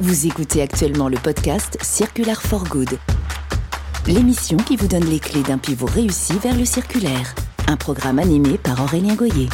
Vous écoutez actuellement le podcast Circular for Good, l'émission qui vous donne les clés d'un pivot réussi vers le circulaire. Un programme animé par Aurélien Goyer.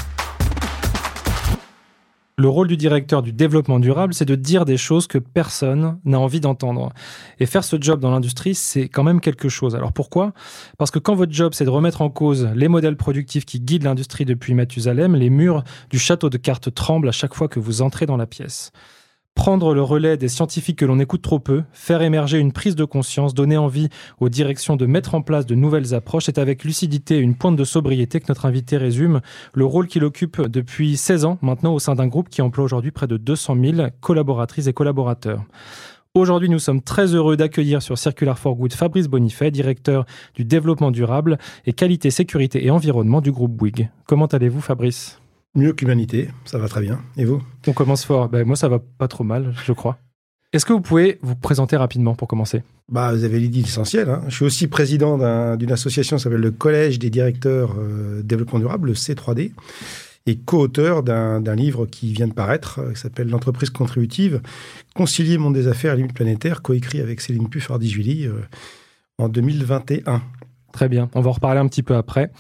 Le rôle du directeur du développement durable, c'est de dire des choses que personne n'a envie d'entendre. Et faire ce job dans l'industrie, c'est quand même quelque chose. Alors pourquoi ? Parce que quand votre job, c'est de remettre en cause les modèles productifs qui guident l'industrie depuis Mathusalem, les murs du château de cartes tremblent à chaque fois que vous entrez dans la pièce. Prendre le relais des scientifiques que l'on écoute trop peu, faire émerger une prise de conscience, donner envie aux directions de mettre en place de nouvelles approches, c'est avec lucidité et une pointe de sobriété que notre invité résume le rôle qu'il occupe depuis 16 ans maintenant au sein d'un groupe qui emploie aujourd'hui près de 200 000 collaboratrices et collaborateurs. Aujourd'hui, nous sommes très heureux d'accueillir sur Circular for Good Fabrice Bonifay, directeur du développement durable et qualité, sécurité et environnement du groupe Bouygues. Comment allez-vous, Fabrice ? Mieux que l'humanité, ça va très bien. Et vous ? On commence fort. Moi, ça va pas trop mal, je crois. Est-ce que vous pouvez vous présenter rapidement pour commencer ? Vous avez dit l'essentiel. Je suis aussi président d'une association qui s'appelle le Collège des directeurs développement durable, le C3D, et co-auteur d'un livre qui vient de paraître, qui s'appelle L'entreprise contributive, concilier monde des affaires et limites planétaires, coécrit avec Céline Puff-Ardijvili en 2021. Très bien, on va en reparler un petit peu après.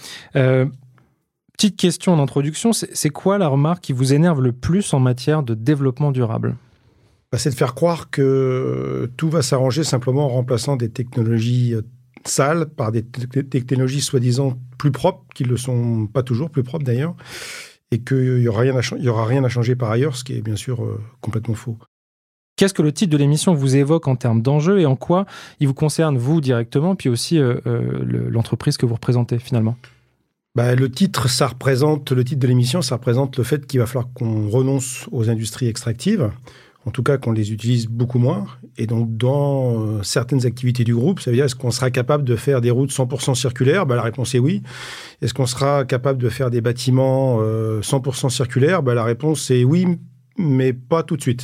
Petite question d'introduction, c'est quoi la remarque qui vous énerve le plus en matière de développement durable ? C'est de faire croire que tout va s'arranger simplement en remplaçant des technologies sales par des technologies soi-disant plus propres, qui ne le sont pas toujours, plus propres d'ailleurs, et qu'il n'y aura rien à changer par ailleurs, ce qui est bien sûr complètement faux. Qu'est-ce que le titre de l'émission vous évoque en termes d'enjeux et en quoi il vous concerne, vous, directement, puis aussi l'entreprise que vous représentez finalement ? Le titre de l'émission, ça représente le fait qu'il va falloir qu'on renonce aux industries extractives, en tout cas qu'on les utilise beaucoup moins. Et donc, dans certaines activités du groupe, ça veut dire, est-ce qu'on sera capable de faire des routes 100% circulaires ? La réponse est oui. Est-ce qu'on sera capable de faire des bâtiments 100% circulaires ? La réponse est oui, mais pas tout de suite.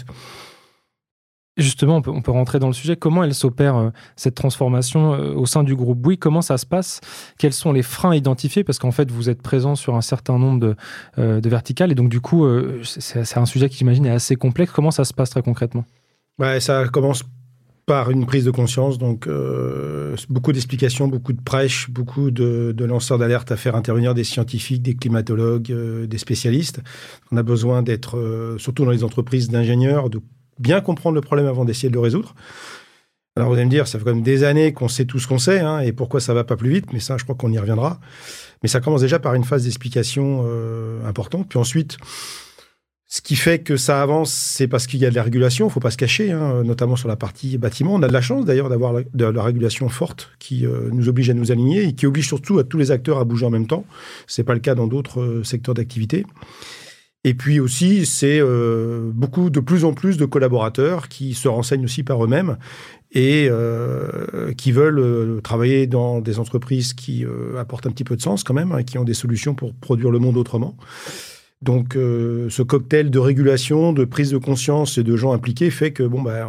Justement, on peut rentrer dans le sujet. Comment elle s'opère, cette transformation au sein du groupe Bouygues ? Comment ça se passe ? Quels sont les freins identifiés ? Parce qu'en fait, vous êtes présent sur un certain nombre de verticales. Et donc, du coup, c'est un sujet qui, j'imagine, est assez complexe. Comment ça se passe très concrètement ? Ça commence par une prise de conscience. Donc, beaucoup d'explications, beaucoup de prêches, beaucoup de lanceurs d'alerte à faire intervenir des scientifiques, des climatologues, des spécialistes. On a besoin d'être, surtout dans les entreprises, d'ingénieurs, de bien comprendre le problème avant d'essayer de le résoudre. Alors vous allez me dire, ça fait quand même des années qu'on sait tout ce qu'on sait, et pourquoi ça ne va pas plus vite, mais ça, je crois qu'on y reviendra. Mais ça commence déjà par une phase d'explication importante. Puis ensuite, ce qui fait que ça avance, c'est parce qu'il y a de la régulation, il ne faut pas se cacher, notamment sur la partie bâtiment. On a de la chance d'ailleurs d'avoir de la régulation forte qui nous oblige à nous aligner et qui oblige surtout à tous les acteurs à bouger en même temps. Ce n'est pas le cas dans d'autres secteurs d'activité. Et puis aussi, c'est de plus en plus de collaborateurs qui se renseignent aussi par eux-mêmes et qui veulent travailler dans des entreprises qui apportent un petit peu de sens quand même, qui ont des solutions pour produire le monde autrement. Donc, ce cocktail de régulation, de prise de conscience et de gens impliqués fait que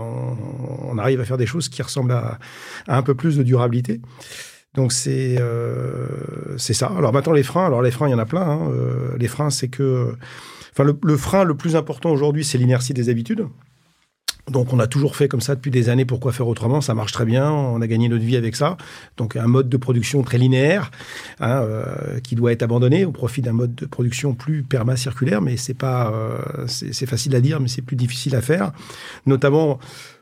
on arrive à faire des choses qui ressemblent à un peu plus de durabilité. Donc, c'est ça. Alors maintenant, les freins, il y en a plein. Les freins, c'est que... le frein le plus important aujourd'hui, c'est l'inertie des habitudes. Donc, on a toujours fait comme ça depuis des années. Pourquoi faire autrement ? Ça marche très bien. On a gagné notre vie avec ça. Donc, un mode de production très linéaire qui doit être abandonné au profit d'un mode de production plus perma-circulaire. Mais c'est c'est facile à dire, mais c'est plus difficile à faire. Notamment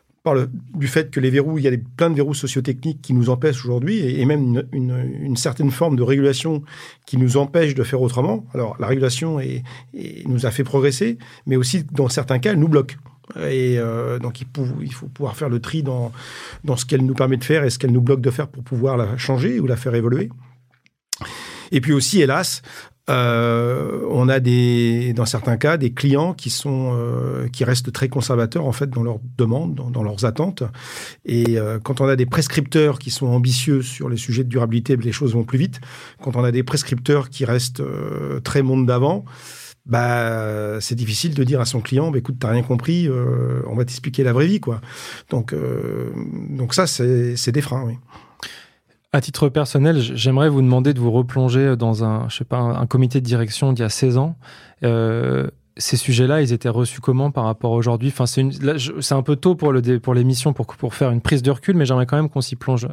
du fait que il y a plein de verrous sociotechniques qui nous empêchent aujourd'hui et même une certaine forme de régulation qui nous empêche de faire autrement. Alors, la régulation nous a fait progresser, mais aussi, dans certains cas, elle nous bloque. Et donc, il faut pouvoir faire le tri dans ce qu'elle nous permet de faire et ce qu'elle nous bloque de faire pour pouvoir la changer ou la faire évoluer. Et puis aussi, hélas, on a dans certains cas des clients qui restent très conservateurs en fait dans leurs demandes, dans leurs attentes. Et quand on a des prescripteurs qui sont ambitieux sur les sujets de durabilité, les choses vont plus vite. Quand on a des prescripteurs qui restent très monde d'avant, c'est difficile de dire à son client, écoute, t'as rien compris, on va t'expliquer la vraie vie, quoi. Donc ça, c'est des freins, oui. À titre personnel, j'aimerais vous demander de vous replonger dans un comité de direction d'il y a 16 ans. ces sujets-là, ils étaient reçus comment par rapport à aujourd'hui ? Enfin, c'est un peu tôt pour l'émission pour faire une prise de recul, mais j'aimerais quand même qu'on s'y plonge.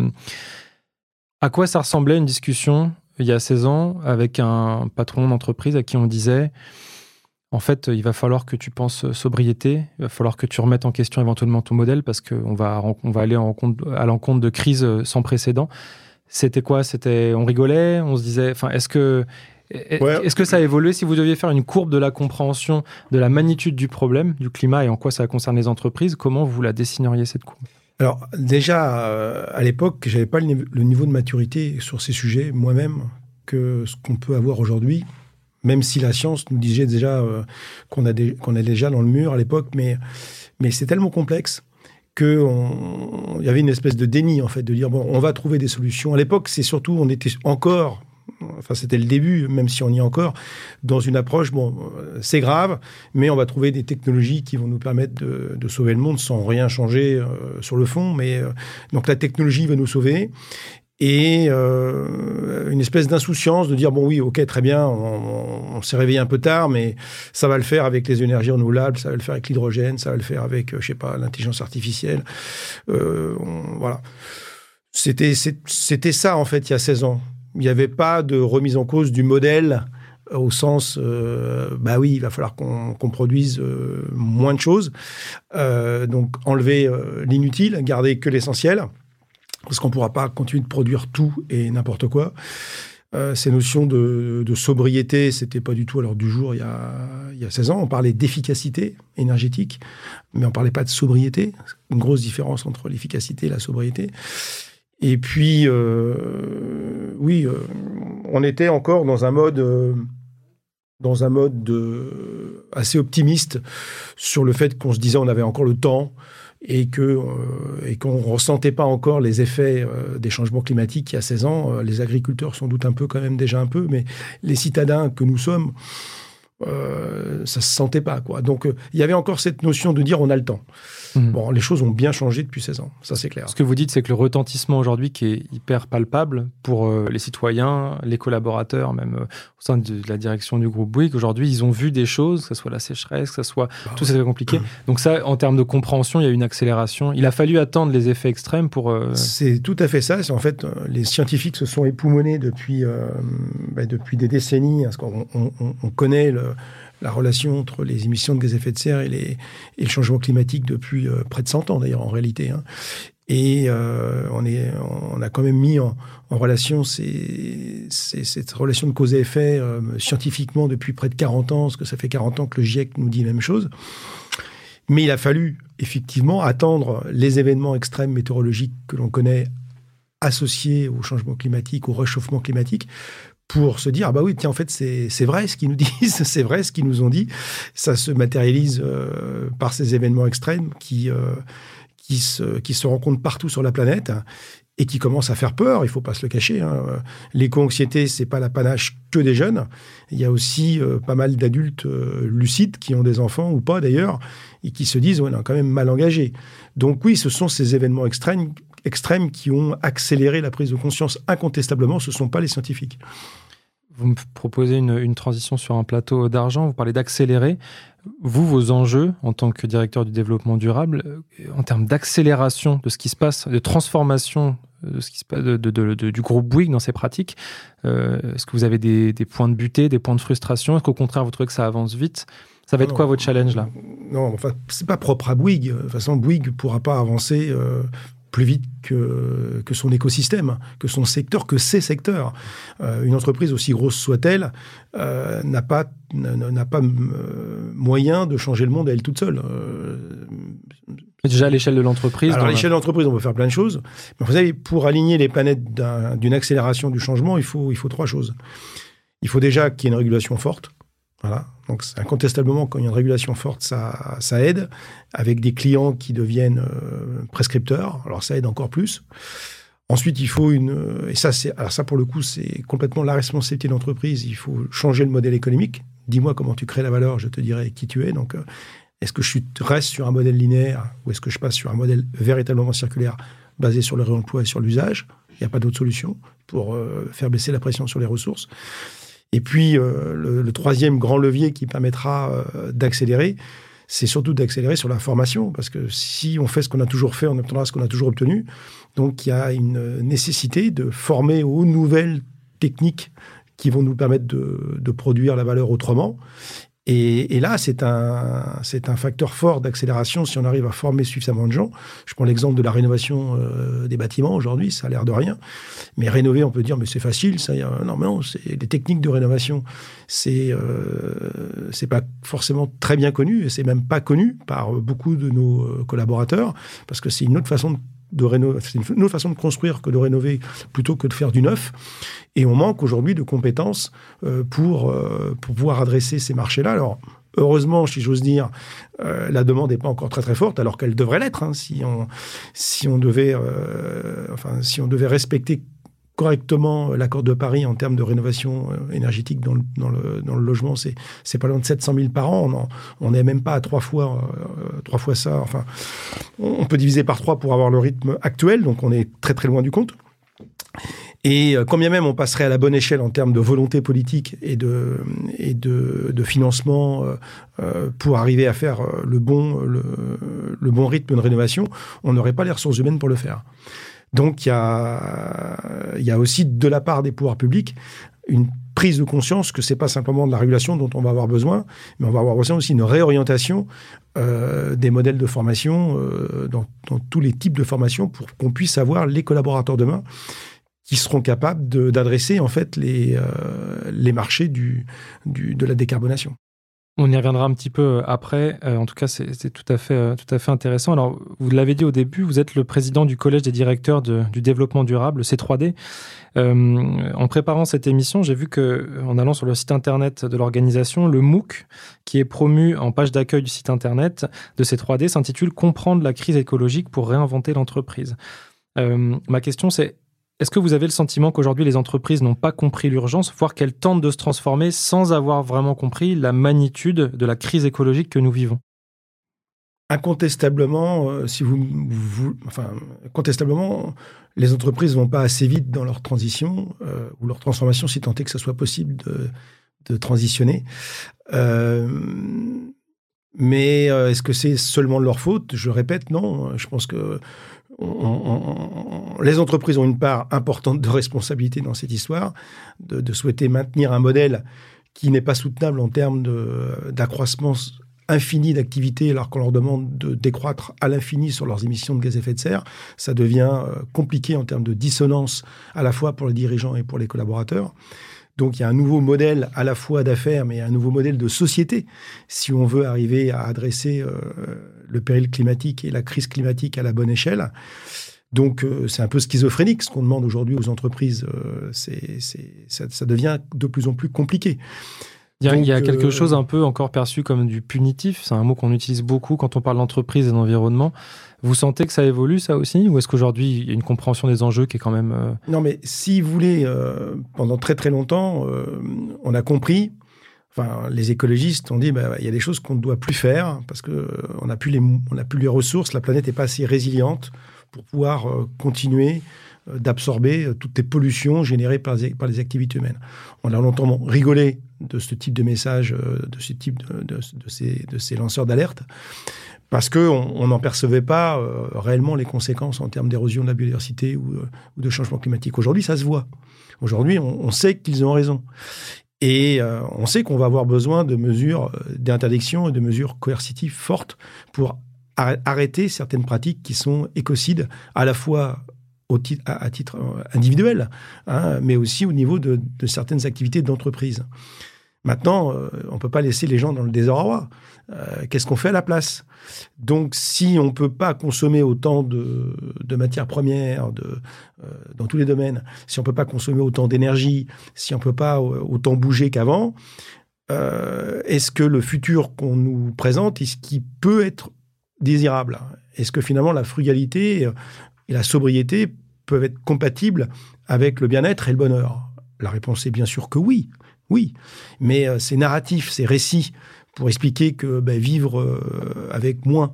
À quoi ça ressemblait une discussion il y a 16 ans avec un patron d'entreprise à qui on disait en fait, il va falloir que tu penses sobriété, il va falloir que tu remettes en question éventuellement ton modèle parce qu'on va aller à l'encontre de crises sans précédent. C'était quoi ? On rigolait, on se disait, enfin, est-ce que ça a évolué ? Si vous deviez faire une courbe de la compréhension de la magnitude du problème, du climat et en quoi ça concerne les entreprises, comment vous la dessineriez cette courbe ? Alors déjà, à l'époque, je n'avais pas le niveau de maturité sur ces sujets moi-même que ce qu'on peut avoir aujourd'hui, même si la science nous disait déjà qu'on est déjà dans le mur à l'époque, mais c'est tellement complexe qu'il y avait une espèce de déni, en fait, de dire, bon, on va trouver des solutions. À l'époque, c'est surtout, on était encore... Enfin, c'était le début, même si on y est encore, dans une approche, bon, c'est grave, mais on va trouver des technologies qui vont nous permettre de sauver le monde sans rien changer sur le fond. Donc, la technologie va nous sauver. Et une espèce d'insouciance de dire, bon, oui, ok, très bien, on s'est réveillé un peu tard, mais ça va le faire avec les énergies renouvelables, ça va le faire avec l'hydrogène, ça va le faire avec, je sais pas, l'intelligence artificielle. Voilà. C'était ça, en fait, il y a 16 ans. Il n'y avait pas de remise en cause du modèle au sens, bah oui, il va falloir qu'on produise moins de choses. Donc, enlever l'inutile, garder que l'essentiel, parce qu'on ne pourra pas continuer de produire tout et n'importe quoi. Ces notions de sobriété, ce n'était pas du tout à l'ordre du jour il y a 16 ans. On parlait d'efficacité énergétique, mais on ne parlait pas de sobriété. Une grosse différence entre l'efficacité et la sobriété. Et puis, oui, on était encore dans un mode assez optimiste sur le fait qu'on se disait on avait encore le temps et qu'on ne ressentait pas encore les effets des changements climatiques il y a 16 ans. Les agriculteurs sans doute quand même déjà un peu, mais les citadins que nous sommes, ça se sentait pas, quoi. Donc, il y avait encore cette notion de dire on a le temps. Bon, les choses ont bien changé depuis 16 ans, ça c'est clair. Ce que vous dites, c'est que le retentissement aujourd'hui qui est hyper palpable pour les citoyens, les collaborateurs, même au sein de la direction du groupe Bouygues, aujourd'hui, ils ont vu des choses, que ce soit la sécheresse, que ce soit... tout ça, c'est compliqué. Donc ça, en termes de compréhension, il y a une accélération. Il a fallu attendre les effets extrêmes pour... C'est tout à fait ça. C'est en fait, les scientifiques se sont époumonés depuis des décennies, parce qu'on connaît la relation entre les émissions de gaz à effet de serre et le changement climatique depuis près de 100 ans, d'ailleurs, en réalité. Hein. Et on a quand même mis en relation cette relation de cause à effet scientifiquement depuis près de 40 ans, parce que ça fait 40 ans que le GIEC nous dit la même chose. Mais il a fallu, effectivement, attendre les événements extrêmes météorologiques que l'on connaît associés au changement climatique, au réchauffement climatique, pour se dire, ah bah oui, tiens, en fait, c'est vrai ce qu'ils nous disent, c'est vrai ce qu'ils nous ont dit. Ça se matérialise par ces événements extrêmes qui se rencontrent partout sur la planète et qui commencent à faire peur, il ne faut pas se le cacher. Hein. L'éco-anxiété, ce n'est pas l'apanage que des jeunes. Il y a aussi pas mal d'adultes lucides qui ont des enfants, ou pas d'ailleurs, et qui se disent, ouais, on est quand même mal engagé. Donc oui, ce sont ces événements extrêmes qui ont accéléré la prise de conscience. Incontestablement, ce ne sont pas les scientifiques. Vous me proposez une transition sur un plateau d'argent, vous parlez d'accélérer. Vous, vos enjeux en tant que directeur du développement durable, en termes d'accélération de ce qui se passe, de transformation de ce qui se passe du groupe Bouygues dans ses pratiques, est-ce que vous avez des points de butée, des points de frustration ? Est-ce qu'au contraire, vous trouvez que ça avance vite ? Ça va être quoi votre challenge là ? Non, enfin, c'est pas propre à Bouygues. De toute façon, Bouygues ne pourra pas avancer plus vite que son écosystème, que son secteur, que ses secteurs. Une entreprise aussi grosse soit-elle n'a pas moyen de changer le monde à elle toute seule. Déjà à l'échelle de l'entreprise. Alors à l'échelle de l'entreprise, on peut faire plein de choses. Mais vous savez, pour aligner les planètes d'une accélération du changement, il faut 3 choses. Il faut déjà qu'il y ait une régulation forte. Voilà. Donc, incontestablement, quand il y a une régulation forte, ça aide, avec des clients qui deviennent prescripteurs. Alors, ça aide encore plus. Ensuite, il faut et ça, pour le coup, c'est complètement la responsabilité de l'entreprise. Il faut changer le modèle économique. Dis-moi comment tu crées la valeur, je te dirai qui tu es. Donc, est-ce que je reste sur un modèle linéaire ou est-ce que je passe sur un modèle véritablement circulaire basé sur le réemploi et sur l'usage ? Il n'y a pas d'autre solution pour faire baisser la pression sur les ressources. Et puis, le troisième grand levier qui permettra d'accélérer, c'est surtout d'accélérer sur la formation, parce que si on fait ce qu'on a toujours fait, on obtiendra ce qu'on a toujours obtenu. Donc, il y a une nécessité de former aux nouvelles techniques qui vont nous permettre de produire la valeur autrement. Et là, c'est un facteur fort d'accélération si on arrive à former suffisamment de gens. Je prends l'exemple de la rénovation des bâtiments aujourd'hui, ça a l'air de rien. Mais rénover, on peut dire, mais c'est facile. Non, c'est les techniques de rénovation. C'est pas forcément très bien connu, et c'est même pas connu par beaucoup de nos collaborateurs, parce que c'est une autre façon c'est une autre façon de construire que de rénover plutôt que de faire du neuf. Et on manque aujourd'hui de compétences pour pouvoir adresser ces marchés-là. Alors, heureusement, si j'ose dire, la demande n'est pas encore très très forte, alors qu'elle devrait l'être. Si on devait respecter correctement l'accord de Paris en termes de rénovation énergétique dans le logement, c'est pas loin de 700 000 par an. On n'est même pas à 3 fois ça. Enfin, on peut diviser par 3 pour avoir le rythme actuel, donc on est très très loin du compte. Et quand bien même on passerait à la bonne échelle en termes de volonté politique et de financement pour arriver à faire le bon rythme de rénovation, on n'aurait pas les ressources humaines pour le faire. Donc, il y a aussi, de la part des pouvoirs publics, une prise de conscience que c'est pas simplement de la régulation dont on va avoir besoin, mais on va avoir besoin aussi une réorientation des modèles de formation dans tous les types de formation pour qu'on puisse avoir les collaborateurs demain qui seront capables d'adresser en fait les marchés de la décarbonation. On y reviendra un petit peu après. En tout cas, c'est tout à fait intéressant. Alors, vous l'avez dit au début, vous êtes le président du Collège des directeurs du développement durable, C3D. En préparant cette émission, j'ai vu qu'en allant sur le site internet de l'organisation, le MOOC, qui est promu en page d'accueil du site internet de C3D, s'intitule « Comprendre la crise écologique pour réinventer l'entreprise ». Ma question, c'est: est-ce que vous avez le sentiment qu'aujourd'hui, les entreprises n'ont pas compris l'urgence, voire qu'elles tentent de se transformer sans avoir vraiment compris la magnitude de la crise écologique que nous vivons ? Incontestablement, incontestablement, les entreprises ne vont pas assez vite dans leur transition ou leur transformation, si tant est que ce soit possible de transitionner. Mais est-ce que c'est seulement de leur faute ? Je répète, non. Je pense que les entreprises ont une part importante de responsabilité dans cette histoire, de souhaiter maintenir un modèle qui n'est pas soutenable en termes d'accroissement infini d'activité, alors qu'on leur demande de décroître à l'infini sur leurs émissions de gaz à effet de serre. Ça devient compliqué en termes de dissonance, à la fois pour les dirigeants et pour les collaborateurs. Donc, il y a un nouveau modèle à la fois d'affaires, mais un nouveau modèle de société, si on veut arriver à adresser le péril climatique et la crise climatique à la bonne échelle. Donc, c'est un peu schizophrénique ce qu'on demande aujourd'hui aux entreprises. Ça devient de plus en plus compliqué. Il y a quelque chose un peu encore perçu comme du punitif. C'est un mot qu'on utilise beaucoup quand on parle d'entreprise et d'environnement. Vous sentez que ça évolue, ça aussi ? Ou est-ce qu'aujourd'hui, il y a une compréhension des enjeux qui est quand même... Non, mais si vous voulez, pendant très très longtemps, on a compris, les écologistes ont dit il y a des choses qu'on ne doit plus faire parce qu'on n'a plus les ressources, la planète n'est pas assez résiliente pour pouvoir continuer d'absorber toutes les pollutions générées par les activités humaines. On a longtemps rigolé de ce type de message, de ce type de ces lanceurs d'alerte, parce qu'on n'en percevait pas réellement les conséquences en termes d'érosion de la biodiversité ou de changement climatique. Aujourd'hui, ça se voit. Aujourd'hui, on sait qu'ils ont raison. Et on sait qu'on va avoir besoin de mesures d'interdiction et de mesures coercitives fortes pour arrêter certaines pratiques qui sont écocides, à la fois à titre individuel, mais aussi au niveau de certaines activités d'entreprise. Maintenant, on ne peut pas laisser les gens dans le désarroi. Qu'est-ce qu'on fait à la place ? Donc, si on ne peut pas consommer autant de matières premières dans tous les domaines, si on ne peut pas consommer autant d'énergie, si on ne peut pas autant bouger qu'avant, est-ce que le futur qu'on nous présente, est-ce qu'il peut être désirable ? Est-ce que finalement la frugalité et la sobriété peuvent être compatibles avec le bien-être et le bonheur ? La réponse est bien sûr que oui. Oui, mais ces narratifs, ces récits pour expliquer que vivre avec moins,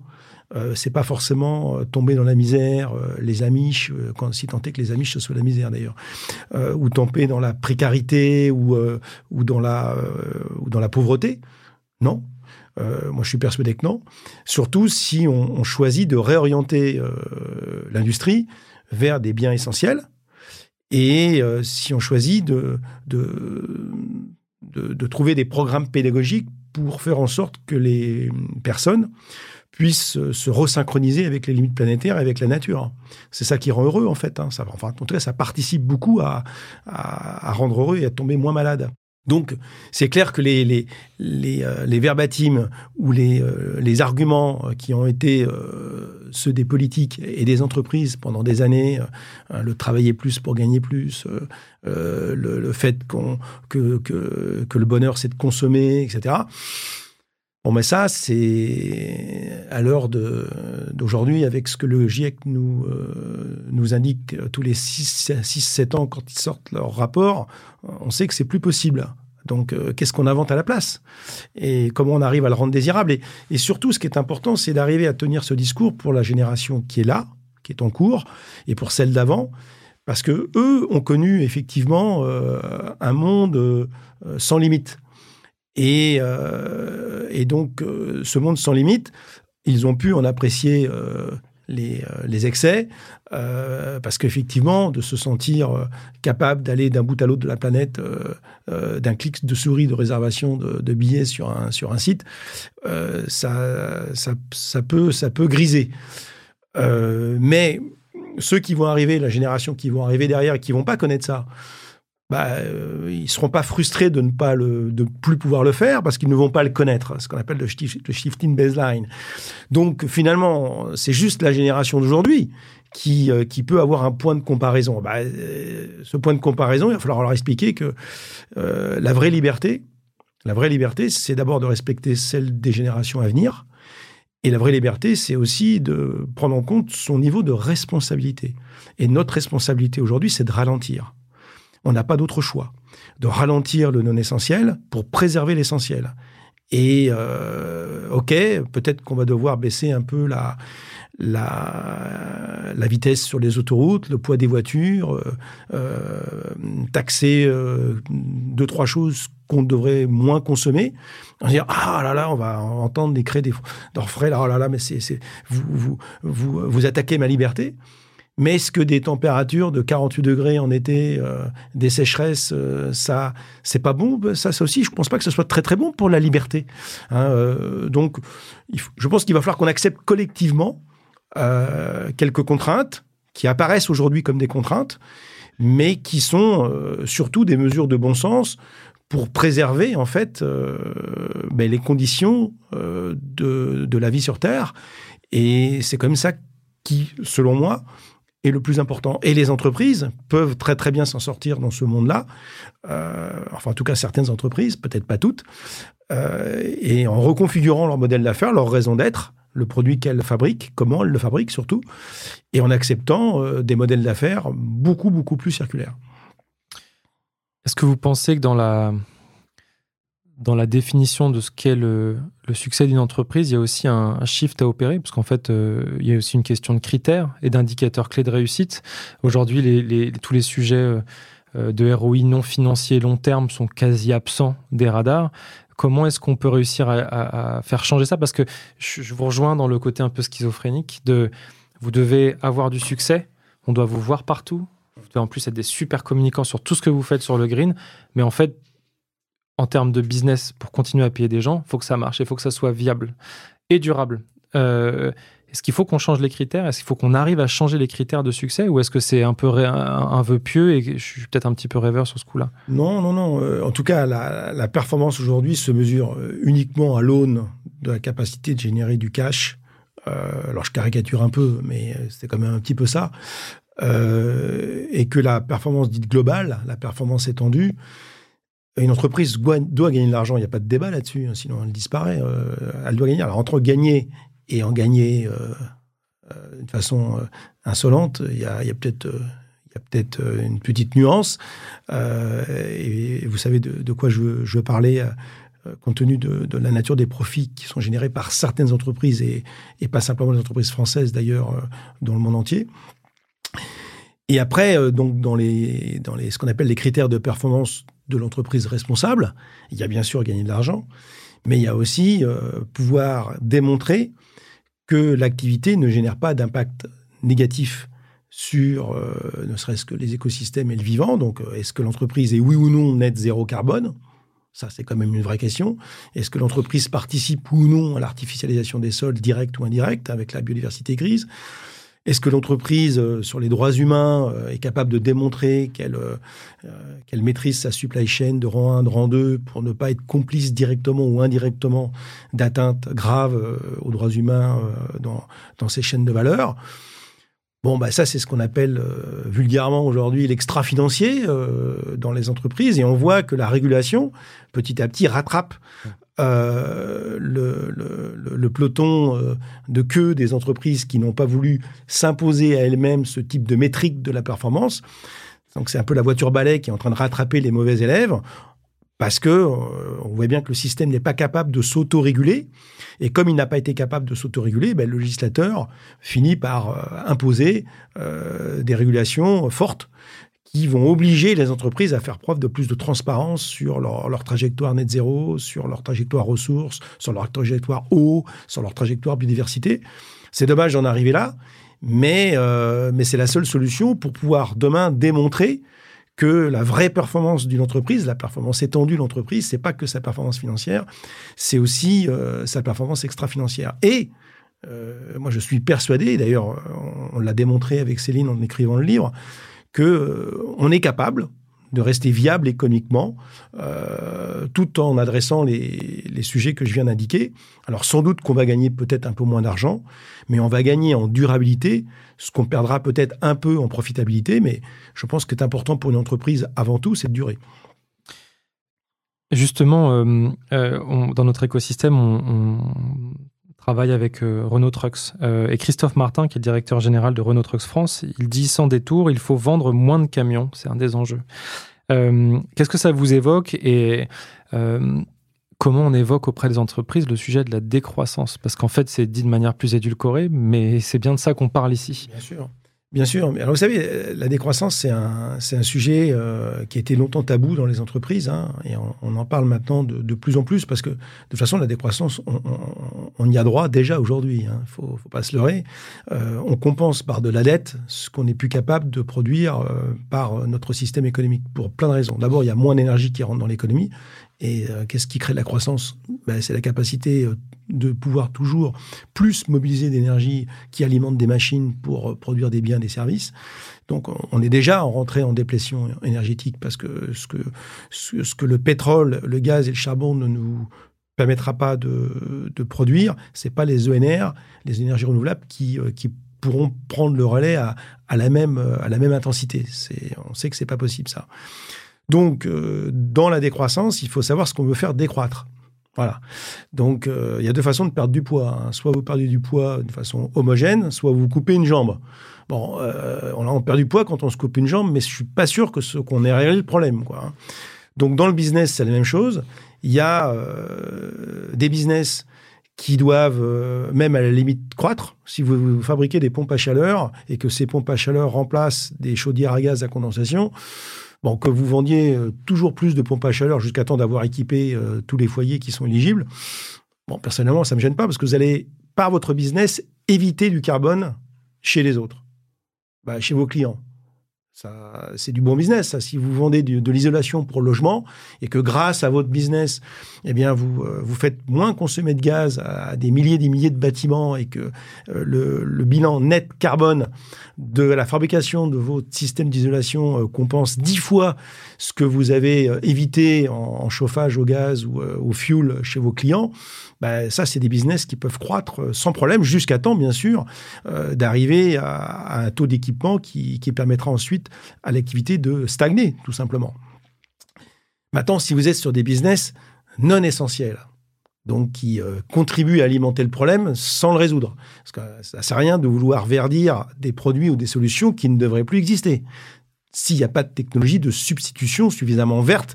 c'est pas forcément tomber dans la misère, les Amish, si tant est que les Amish ce soit la misère d'ailleurs, ou tomber dans la précarité ou dans la pauvreté. Non. Moi, je suis persuadé que non. Surtout si on choisit de réorienter l'industrie vers des biens essentiels et si on choisit de trouver des programmes pédagogiques pour faire en sorte que les personnes puissent se resynchroniser avec les limites planétaires et avec la nature. C'est ça qui rend heureux, en fait. En tout cas, ça participe beaucoup à rendre heureux et à tomber moins malade. Donc, c'est clair que les verbatims ou les arguments qui ont été ceux des politiques et des entreprises pendant des années, le travailler plus pour gagner plus, le fait que le bonheur, c'est de consommer, etc. Bon, mais ça, c'est à l'heure d'aujourd'hui, avec ce que le GIEC nous indique tous les 6-7 ans quand ils sortent leur rapport, on sait que c'est plus possible. Donc, qu'est-ce qu'on invente à la place? Et comment on arrive à le rendre désirable? Et surtout, ce qui est important, c'est d'arriver à tenir ce discours pour la génération qui est là, qui est en cours, et pour celle d'avant, parce que eux ont connu effectivement un monde sans limite. Et donc, ce monde sans limite, ils ont pu en apprécier les excès, parce qu'effectivement, de se sentir capable d'aller d'un bout à l'autre de la planète, d'un clic de souris de réservation de billets sur un site, ça peut griser. Mais ceux qui vont arriver, la génération qui vont arriver derrière et qui ne vont pas connaître ça, ils ne seront pas frustrés de plus pouvoir le faire parce qu'ils ne vont pas le connaître, ce qu'on appelle le shifting baseline. Donc, finalement, c'est juste la génération d'aujourd'hui qui peut avoir un point de comparaison. Ce point de comparaison, il va falloir leur expliquer que la vraie liberté, c'est d'abord de respecter celle des générations à venir. Et la vraie liberté, c'est aussi de prendre en compte son niveau de responsabilité. Et notre responsabilité aujourd'hui, c'est de ralentir. On n'a pas d'autre choix. De ralentir le non-essentiel pour préserver l'essentiel. Et, OK, peut-être qu'on va devoir baisser un peu la vitesse sur les autoroutes, le poids des voitures, taxer 2-3 choses qu'on devrait moins consommer. On va dire, ah là là, on va entendre des cris d'orfraie, oh là là, mais vous attaquez ma liberté. Mais est-ce que des températures de 48 degrés en été, des sécheresses, ça, c'est pas bon? Ça aussi, je pense pas que ce soit très très bon pour la liberté. Donc, je pense qu'il va falloir qu'on accepte collectivement quelques contraintes qui apparaissent aujourd'hui comme des contraintes, mais qui sont surtout des mesures de bon sens pour préserver en fait les conditions de la vie sur Terre. Et c'est comme ça qui, selon moi, est le plus important. Et les entreprises peuvent très très bien s'en sortir dans ce monde-là. En tout cas, certaines entreprises, peut-être pas toutes. Et en reconfigurant leur modèle d'affaires, leur raison d'être, le produit qu'elles fabriquent, comment elles le fabriquent surtout, et en acceptant des modèles d'affaires beaucoup, beaucoup plus circulaires. Est-ce que vous pensez que dans la définition de ce qu'est le succès d'une entreprise, il y a aussi un shift à opérer? Parce qu'en fait, il y a aussi une question de critères et d'indicateurs clés de réussite. Aujourd'hui, tous les sujets de ROI non financier long terme sont quasi absents des radars. Comment est-ce qu'on peut réussir à faire changer ça? Parce que je vous rejoins dans le côté un peu schizophrénique vous devez avoir du succès, on doit vous voir partout, vous devez en plus être des super communicants sur tout ce que vous faites sur le green, mais en fait, en termes de business, pour continuer à payer des gens, il faut que ça marche, il faut que ça soit viable et durable. Est-ce qu'il faut qu'on change les critères? Est-ce qu'il faut qu'on arrive à changer les critères de succès? Ou est-ce que c'est un peu un vœu pieux et je suis peut-être un petit peu rêveur sur ce coup-là? Non. En tout cas, la performance aujourd'hui se mesure uniquement à l'aune de la capacité de générer du cash. Alors, je caricature un peu, mais c'est quand même un petit peu ça. Et que la performance dite globale, la performance étendue, une entreprise doit gagner de l'argent, il n'y a pas de débat là-dessus, sinon elle disparaît. Elle doit gagner. Alors, entre gagner et en gagner de façon insolente, il y a peut-être une petite nuance. Et vous savez de quoi je veux parler compte tenu de la nature des profits qui sont générés par certaines entreprises et pas simplement les entreprises françaises d'ailleurs dans le monde entier. Et après, donc dans ce qu'on appelle les critères de performance de l'entreprise responsable, il y a bien sûr gagner de l'argent, mais il y a aussi pouvoir démontrer que l'activité ne génère pas d'impact négatif sur ne serait-ce que les écosystèmes et le vivant. Donc, est-ce que l'entreprise est oui ou non net zéro carbone ? Ça, c'est quand même une vraie question. Est-ce que l'entreprise participe ou non à l'artificialisation des sols, directe ou indirecte, avec la biodiversité grise ? Est-ce que l'entreprise, sur les droits humains, est capable de démontrer qu'elle maîtrise sa supply chain de rang 1, de rang 2, pour ne pas être complice directement ou indirectement d'atteintes graves aux droits humains dans ces chaînes de valeur ? Bon, ça, c'est ce qu'on appelle vulgairement aujourd'hui l'extra-financier dans les entreprises. Et on voit que la régulation, petit à petit, rattrape le peloton de queue des entreprises qui n'ont pas voulu s'imposer à elles-mêmes ce type de métrique de la performance. Donc, c'est un peu la voiture balai qui est en train de rattraper les mauvais élèves parce que on voit bien que le système n'est pas capable de s'autoréguler. Et comme il n'a pas été capable de s'autoréguler, le législateur finit par imposer des régulations fortes qui vont obliger les entreprises à faire preuve de plus de transparence sur leur trajectoire net zéro, sur leur trajectoire ressources, sur leur trajectoire eau, sur leur trajectoire biodiversité. C'est dommage d'en arriver là, mais c'est la seule solution pour pouvoir demain démontrer que la vraie performance d'une entreprise, la performance étendue de l'entreprise, c'est pas que sa performance financière, c'est aussi sa performance extra-financière. Et moi, je suis persuadé, d'ailleurs, on l'a démontré avec Céline en écrivant le livre, qu'on est capable de rester viable économiquement, tout en adressant les sujets que je viens d'indiquer. Alors, sans doute qu'on va gagner peut-être un peu moins d'argent, mais on va gagner en durabilité, ce qu'on perdra peut-être un peu en profitabilité, mais je pense que c'est important pour une entreprise, avant tout, c'est de durer. Justement, dans notre écosystème, on travaille avec Renault Trucks. Et Christophe Martin, qui est le directeur général de Renault Trucks France, il dit sans détour, il faut vendre moins de camions. C'est un des enjeux. Qu'est-ce que ça vous évoque et comment on évoque auprès des entreprises le sujet de la décroissance ? Parce qu'en fait, c'est dit de manière plus édulcorée, mais c'est bien de ça qu'on parle ici. Bien sûr. Alors, vous savez, la décroissance, c'est un sujet qui a été longtemps tabou dans les entreprises, et on en parle maintenant de plus en plus parce que, de toute façon, la décroissance, on y a droit déjà aujourd'hui. Faut pas se leurrer. On compense par de la dette ce qu'on n'est plus capable de produire par notre système économique pour plein de raisons. D'abord, il y a moins d'énergie qui rentre dans l'économie. Et qu'est-ce qui crée de la croissance ? C'est la capacité de pouvoir toujours plus mobiliser d'énergie qui alimente des machines pour produire des biens, des services. Donc, on est déjà rentré en déplétion énergétique parce que ce que le pétrole, le gaz et le charbon ne nous permettra pas de produire, c'est pas les ENR, les énergies renouvelables qui pourront prendre le relais à la même intensité. On sait que c'est pas possible, ça. Donc, dans la décroissance, il faut savoir ce qu'on veut faire décroître. Voilà. Donc, il y a deux façons de perdre du poids. Soit vous perdez du poids de façon homogène, soit vous coupez une jambe. Bon, on perd du poids quand on se coupe une jambe, mais je ne suis pas sûr qu'on ait réglé le problème, quoi. Donc, dans le business, c'est la même chose. Il y a des business qui doivent, même à la limite, croître. Si vous fabriquez des pompes à chaleur et que ces pompes à chaleur remplacent des chaudières à gaz à condensation, que vous vendiez toujours plus de pompes à chaleur jusqu'à temps d'avoir équipé tous les foyers qui sont éligibles, personnellement, ça ne me gêne pas parce que vous allez, par votre business, éviter du carbone chez les autres, chez vos clients. Ça, c'est du bon business, ça. Si vous vendez de l'isolation pour logement et que grâce à votre business, vous faites moins consommer de gaz à des milliers de bâtiments et que le bilan net carbone de la fabrication de votre système d'isolation compense 10 fois ce que vous avez évité en chauffage au gaz ou au fuel chez vos clients, ça, c'est des business qui peuvent croître sans problème jusqu'à temps, bien sûr, d'arriver à un taux d'équipement qui permettra ensuite à l'activité de stagner, tout simplement. Maintenant, si vous êtes sur des business non essentiels, donc qui contribuent à alimenter le problème sans le résoudre, parce que ça ne sert à rien de vouloir verdir des produits ou des solutions qui ne devraient plus exister. S'il n'y a pas de technologie de substitution suffisamment verte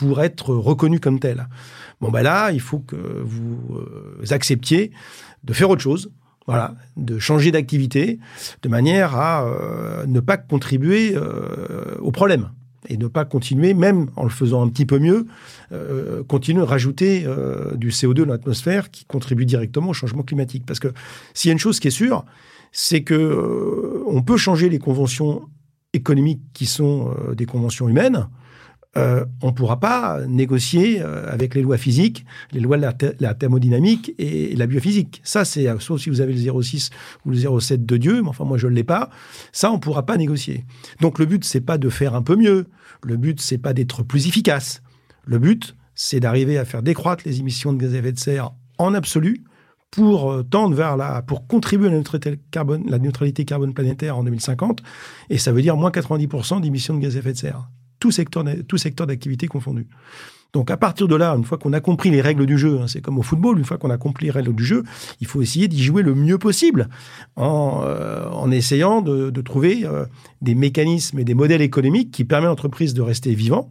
pour être reconnu comme tel. Bon, là, il faut que vous acceptiez de faire autre chose, voilà, de changer d'activité, de manière à ne pas contribuer au problème. Et ne pas continuer, même en le faisant un petit peu mieux, continuer à rajouter du CO2 dans l'atmosphère qui contribue directement au changement climatique. Parce que s'il y a une chose qui est sûre, c'est que on peut changer les conventions économiques qui sont des conventions humaines. On ne pourra pas négocier avec les lois physiques, les lois de la thermodynamique et la biophysique. Ça, c'est, sauf si vous avez le 0,6 ou le 0,7 de Dieu, mais enfin, moi, je ne l'ai pas. Ça, on ne pourra pas négocier. Donc, le but, c'est pas de faire un peu mieux. Le but, c'est pas d'être plus efficace. Le but, c'est d'arriver à faire décroître les émissions de gaz à effet de serre en absolu pour tendre vers pour contribuer à la neutralité carbone planétaire en 2050. Et ça veut dire moins 90% d'émissions de gaz à effet de serre. Tout secteur d'activité confondu. Donc, à partir de là, une fois qu'on a compris les règles du jeu, c'est comme au football, une fois qu'on a compris les règles du jeu, il faut essayer d'y jouer le mieux possible en essayant de trouver des mécanismes et des modèles économiques qui permettent à l'entreprise de rester vivante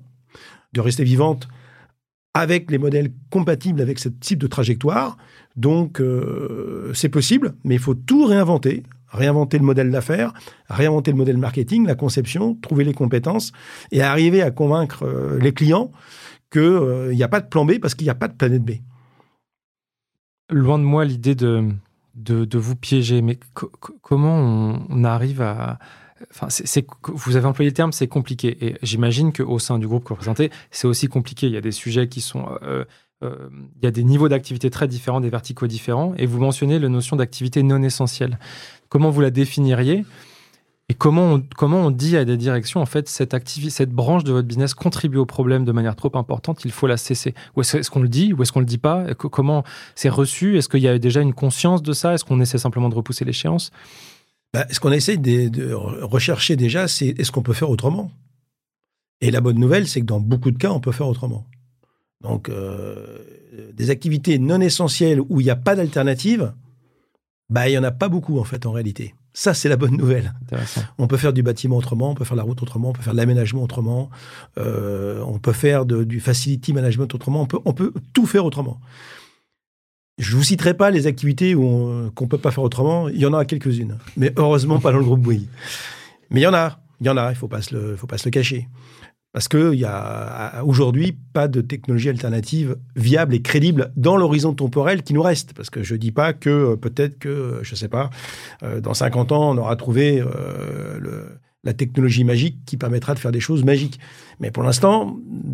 avec les modèles compatibles avec ce type de trajectoire. Donc, c'est possible, mais il faut tout réinventer le modèle d'affaires, réinventer le modèle marketing, la conception, trouver les compétences et arriver à convaincre les clients qu'il n'y a pas de plan B parce qu'il n'y a pas de planète B. Loin de moi l'idée de vous piéger, mais comment on arrive à... Enfin, vous avez employé le terme, c'est compliqué. Et j'imagine qu'au sein du groupe que vous représentez, c'est aussi compliqué. Il y a des sujets qui sont... il y a des niveaux d'activité très différents, des verticaux différents. Et vous mentionnez la notion d'activité non essentielle. Comment vous la définiriez ? Et comment on dit à des directions, en fait, cette branche de votre business contribue au problème de manière trop importante, il faut la cesser. Ou est-ce qu'on le dit, ou est-ce qu'on le dit pas ? Comment c'est reçu ? Est-ce qu'il y a déjà une conscience de ça ? Est-ce qu'on essaie simplement de repousser l'échéance ? Ce qu'on essaie de rechercher déjà, c'est est-ce qu'on peut faire autrement ? Et la bonne nouvelle, c'est que dans beaucoup de cas, on peut faire autrement. Donc, des activités non essentielles où il n'y a pas d'alternative, il n'y en a pas beaucoup, en fait, en réalité. Ça, c'est la bonne nouvelle. On peut faire du bâtiment autrement, on peut faire la route autrement, on peut faire de l'aménagement autrement, on peut faire du facility management autrement, on peut tout faire autrement. Je ne vous citerai pas les activités qu'on ne peut pas faire autrement, il y en a quelques-unes, mais heureusement pas dans le groupe Bouygues. Mais il y en a, il ne faut pas se le cacher. Parce qu'il n'y a aujourd'hui pas de technologie alternative viable et crédible dans l'horizon temporel qui nous reste. Parce que je ne dis pas que peut-être que, je ne sais pas, dans 50 ans, on aura trouvé la technologie magique qui permettra de faire des choses magiques. Mais pour l'instant,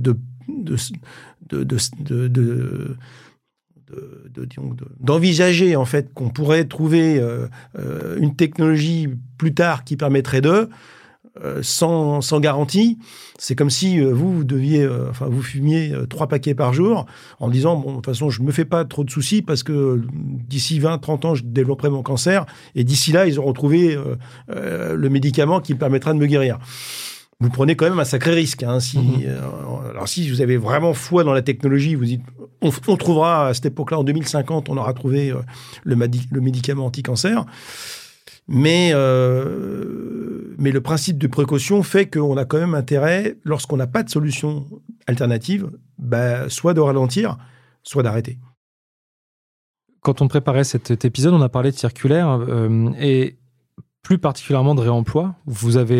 d'envisager en fait qu'on pourrait trouver une technologie plus tard qui permettrait sans garantie, c'est comme si vous fumiez 3 paquets par jour en disant, bon, de toute façon, je me fais pas trop de soucis parce que d'ici 20-30 ans, je développerai mon cancer et d'ici là, ils auront trouvé le médicament qui me permettra de me guérir. Vous prenez quand même un sacré risque. Hein, alors, si vous avez vraiment foi dans la technologie, vous dites, on trouvera à cette époque-là, en 2050, on aura trouvé le médicament anti-cancer. Mais le principe de précaution fait qu'on a quand même intérêt, lorsqu'on n'a pas de solution alternative, soit de ralentir, soit d'arrêter. Quand on préparait cet épisode, on a parlé de circulaire et plus particulièrement de réemploi. Vous avez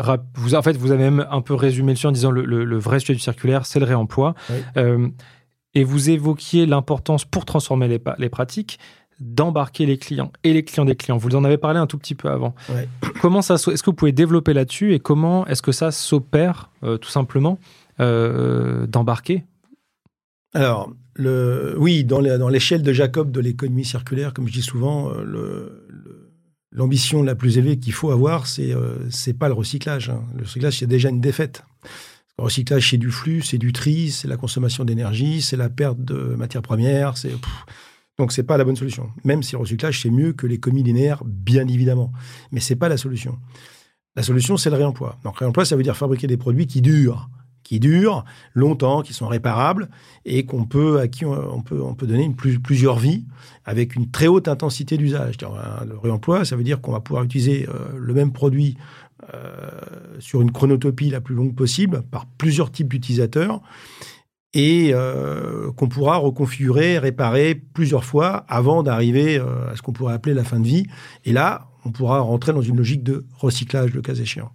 même un peu résumé le sujet en disant le vrai sujet du circulaire, c'est le réemploi. Oui. Et vous évoquiez l'importance pour transformer les pratiques d'embarquer les clients et les clients des clients. Vous en avez parlé un tout petit peu avant. Ouais. Est-ce que vous pouvez développer là-dessus et comment est-ce que ça s'opère tout simplement d'embarquer ? Alors, dans l'échelle de Jacob de l'économie circulaire, comme je dis souvent, l'ambition la plus élevée qu'il faut avoir, c'est pas le recyclage. Hein. Le recyclage, c'est déjà une défaite. Le recyclage, c'est du flux, c'est du tri, c'est la consommation d'énergie, c'est la perte de matières premières, donc, ce n'est pas la bonne solution. Même si le recyclage, c'est mieux que l'économie linéaire, bien évidemment. Mais ce n'est pas la solution. La solution, c'est le réemploi. Donc, réemploi, ça veut dire fabriquer des produits qui durent longtemps, qui sont réparables et à qui on peut donner plusieurs vies avec une très haute intensité d'usage. Le réemploi, ça veut dire qu'on va pouvoir utiliser le même produit sur une chronotopie la plus longue possible par plusieurs types d'utilisateurs et qu'on pourra reconfigurer, réparer plusieurs fois avant d'arriver à ce qu'on pourrait appeler la fin de vie. Et là, on pourra rentrer dans une logique de recyclage, le cas échéant.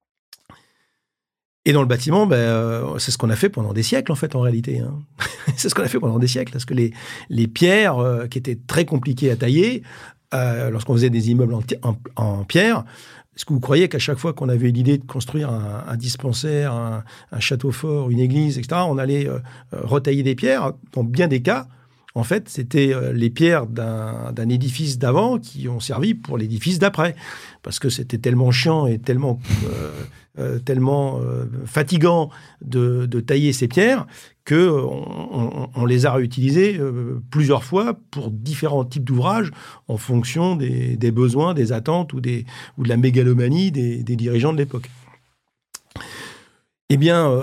Et dans le bâtiment, c'est ce qu'on a fait pendant des siècles, en fait, en réalité. Hein. C'est ce qu'on a fait pendant des siècles, parce que les pierres qui étaient très compliquées à tailler, lorsqu'on faisait des immeubles en pierre, est-ce que vous croyez qu'à chaque fois qu'on avait l'idée de construire un dispensaire, un château fort, une église, etc., on allait retailler des pierres? Dans bien des cas, en fait, c'était les pierres d'un édifice d'avant qui ont servi pour l'édifice d'après. Parce que c'était tellement chiant et tellement fatigant de tailler ces pierres qu'on les a réutilisées plusieurs fois pour différents types d'ouvrages en fonction des besoins, des attentes ou de la mégalomanie des dirigeants de l'époque. Eh bien,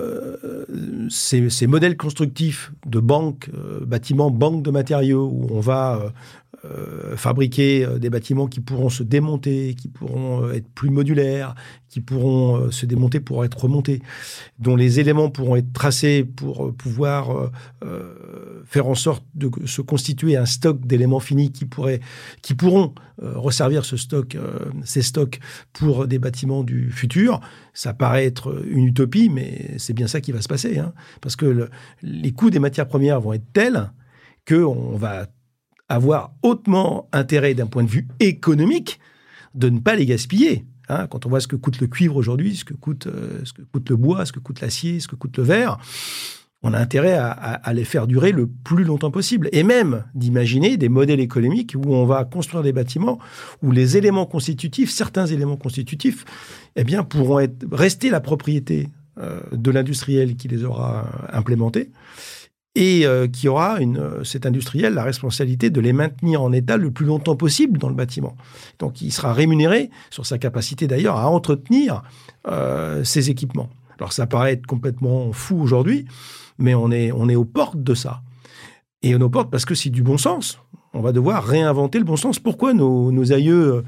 ces modèles constructifs de banques, bâtiments, banques de matériaux, où on va fabriquer des bâtiments qui pourront se démonter, qui pourront être plus modulaires, qui pourront se démonter pour être remontés, dont les éléments pourront être tracés pour pouvoir faire en sorte de se constituer un stock d'éléments finis qui pourront resservir ces stocks pour des bâtiments du futur. Ça paraît être une utopie, mais c'est bien ça qui va se passer, hein, parce que les coûts des matières premières vont être tels qu'on va avoir hautement intérêt d'un point de vue économique de ne pas les gaspiller. Hein, quand on voit ce que coûte le cuivre aujourd'hui, ce que coûte le bois, ce que coûte l'acier, ce que coûte le verre, on a intérêt à les faire durer le plus longtemps possible. Et même d'imaginer des modèles économiques où on va construire des bâtiments où les éléments constitutifs, certains éléments constitutifs, pourront rester la propriété de l'industriel qui les aura implémentés, et qui aura, cet industriel, la responsabilité de les maintenir en état le plus longtemps possible dans le bâtiment. Donc, il sera rémunéré sur sa capacité, d'ailleurs, à entretenir ces équipements. Alors, ça paraît être complètement fou aujourd'hui, mais on est aux portes de ça. Et on est aux portes parce que c'est du bon sens. On va devoir réinventer le bon sens. Pourquoi nos aïeux,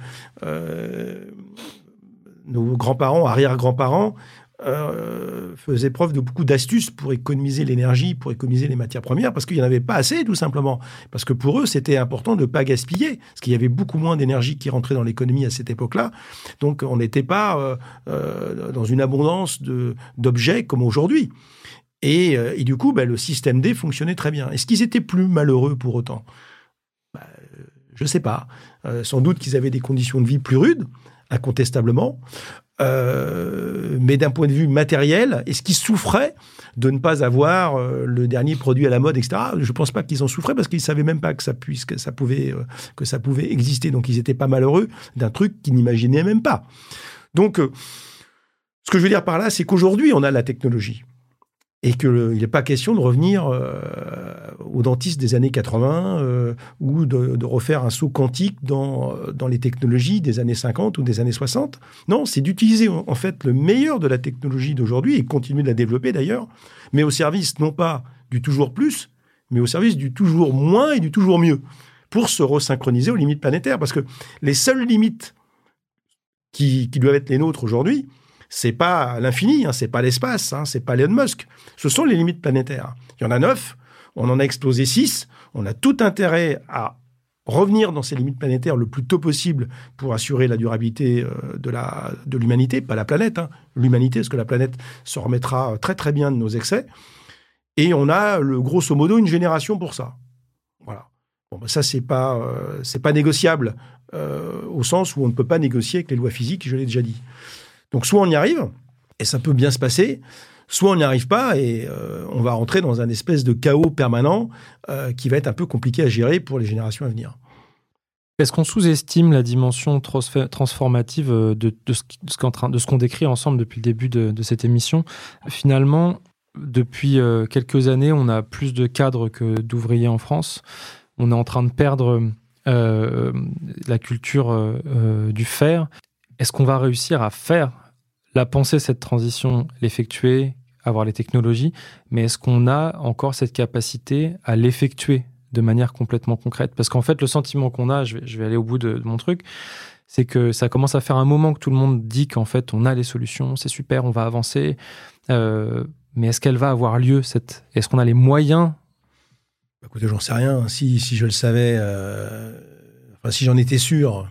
nos grands-parents, arrière-grands-parents, faisaient preuve de beaucoup d'astuces pour économiser l'énergie, pour économiser les matières premières, parce qu'il n'y en avait pas assez, tout simplement. Parce que pour eux, c'était important de ne pas gaspiller, parce qu'il y avait beaucoup moins d'énergie qui rentrait dans l'économie à cette époque-là. Donc, on n'était pas dans une abondance d'objets comme aujourd'hui. Et du coup, le système D fonctionnait très bien. Est-ce qu'ils étaient plus malheureux pour autant ? Je ne sais pas. Sans doute qu'ils avaient des conditions de vie plus rudes, incontestablement. Mais d'un point de vue matériel, est-ce qu'ils souffraient de ne pas avoir le dernier produit à la mode, etc. Je ne pense pas qu'ils en souffraient parce qu'ils ne savaient même pas que ça pouvait exister. Donc, ils n'étaient pas malheureux d'un truc qu'ils n'imaginaient même pas. Donc, ce que je veux dire par là, c'est qu'aujourd'hui, on a la technologie. Et qu'il n'est pas question de revenir au dentiste des années 80 ou de refaire un saut quantique dans les technologies des années 50 ou des années 60. Non, c'est d'utiliser en fait le meilleur de la technologie d'aujourd'hui et continuer de la développer d'ailleurs, mais au service non pas du toujours plus, mais au service du toujours moins et du toujours mieux, pour se resynchroniser aux limites planétaires. Parce que les seules limites qui doivent être les nôtres aujourd'hui, c'est pas l'infini, c'est pas l'espace, c'est pas Elon Musk. Ce sont les limites planétaires. Il y en a 9, on en a explosé 6. On a tout intérêt à revenir dans ces limites planétaires le plus tôt possible pour assurer la durabilité de l'humanité, pas la planète, l'humanité, parce que la planète se remettra très très bien de nos excès. Et on a grosso modo une génération pour ça. Voilà. Bon, ça c'est pas négociable au sens où on ne peut pas négocier avec les lois physiques, je l'ai déjà dit. Donc, soit on y arrive, et ça peut bien se passer, soit on n'y arrive pas, et on va rentrer dans un espèce de chaos permanent qui va être un peu compliqué à gérer pour les générations à venir. Est-ce qu'on sous-estime la dimension transformative de ce qu'on décrit ensemble depuis le début de cette émission ? Finalement, depuis quelques années, on a plus de cadres que d'ouvriers en France. On est en train de perdre la culture du faire. Est-ce qu'on va réussir à penser cette transition, l'effectuer, avoir les technologies, mais est-ce qu'on a encore cette capacité à l'effectuer de manière complètement concrète ? Parce qu'en fait, le sentiment qu'on a, je vais aller au bout de mon truc, c'est que ça commence à faire un moment que tout le monde dit qu'en fait, on a les solutions, c'est super, on va avancer, mais est-ce qu'elle va avoir lieu Est-ce qu'on a les moyens? Écoutez, j'en sais rien. Si je le savais, si j'en étais sûr,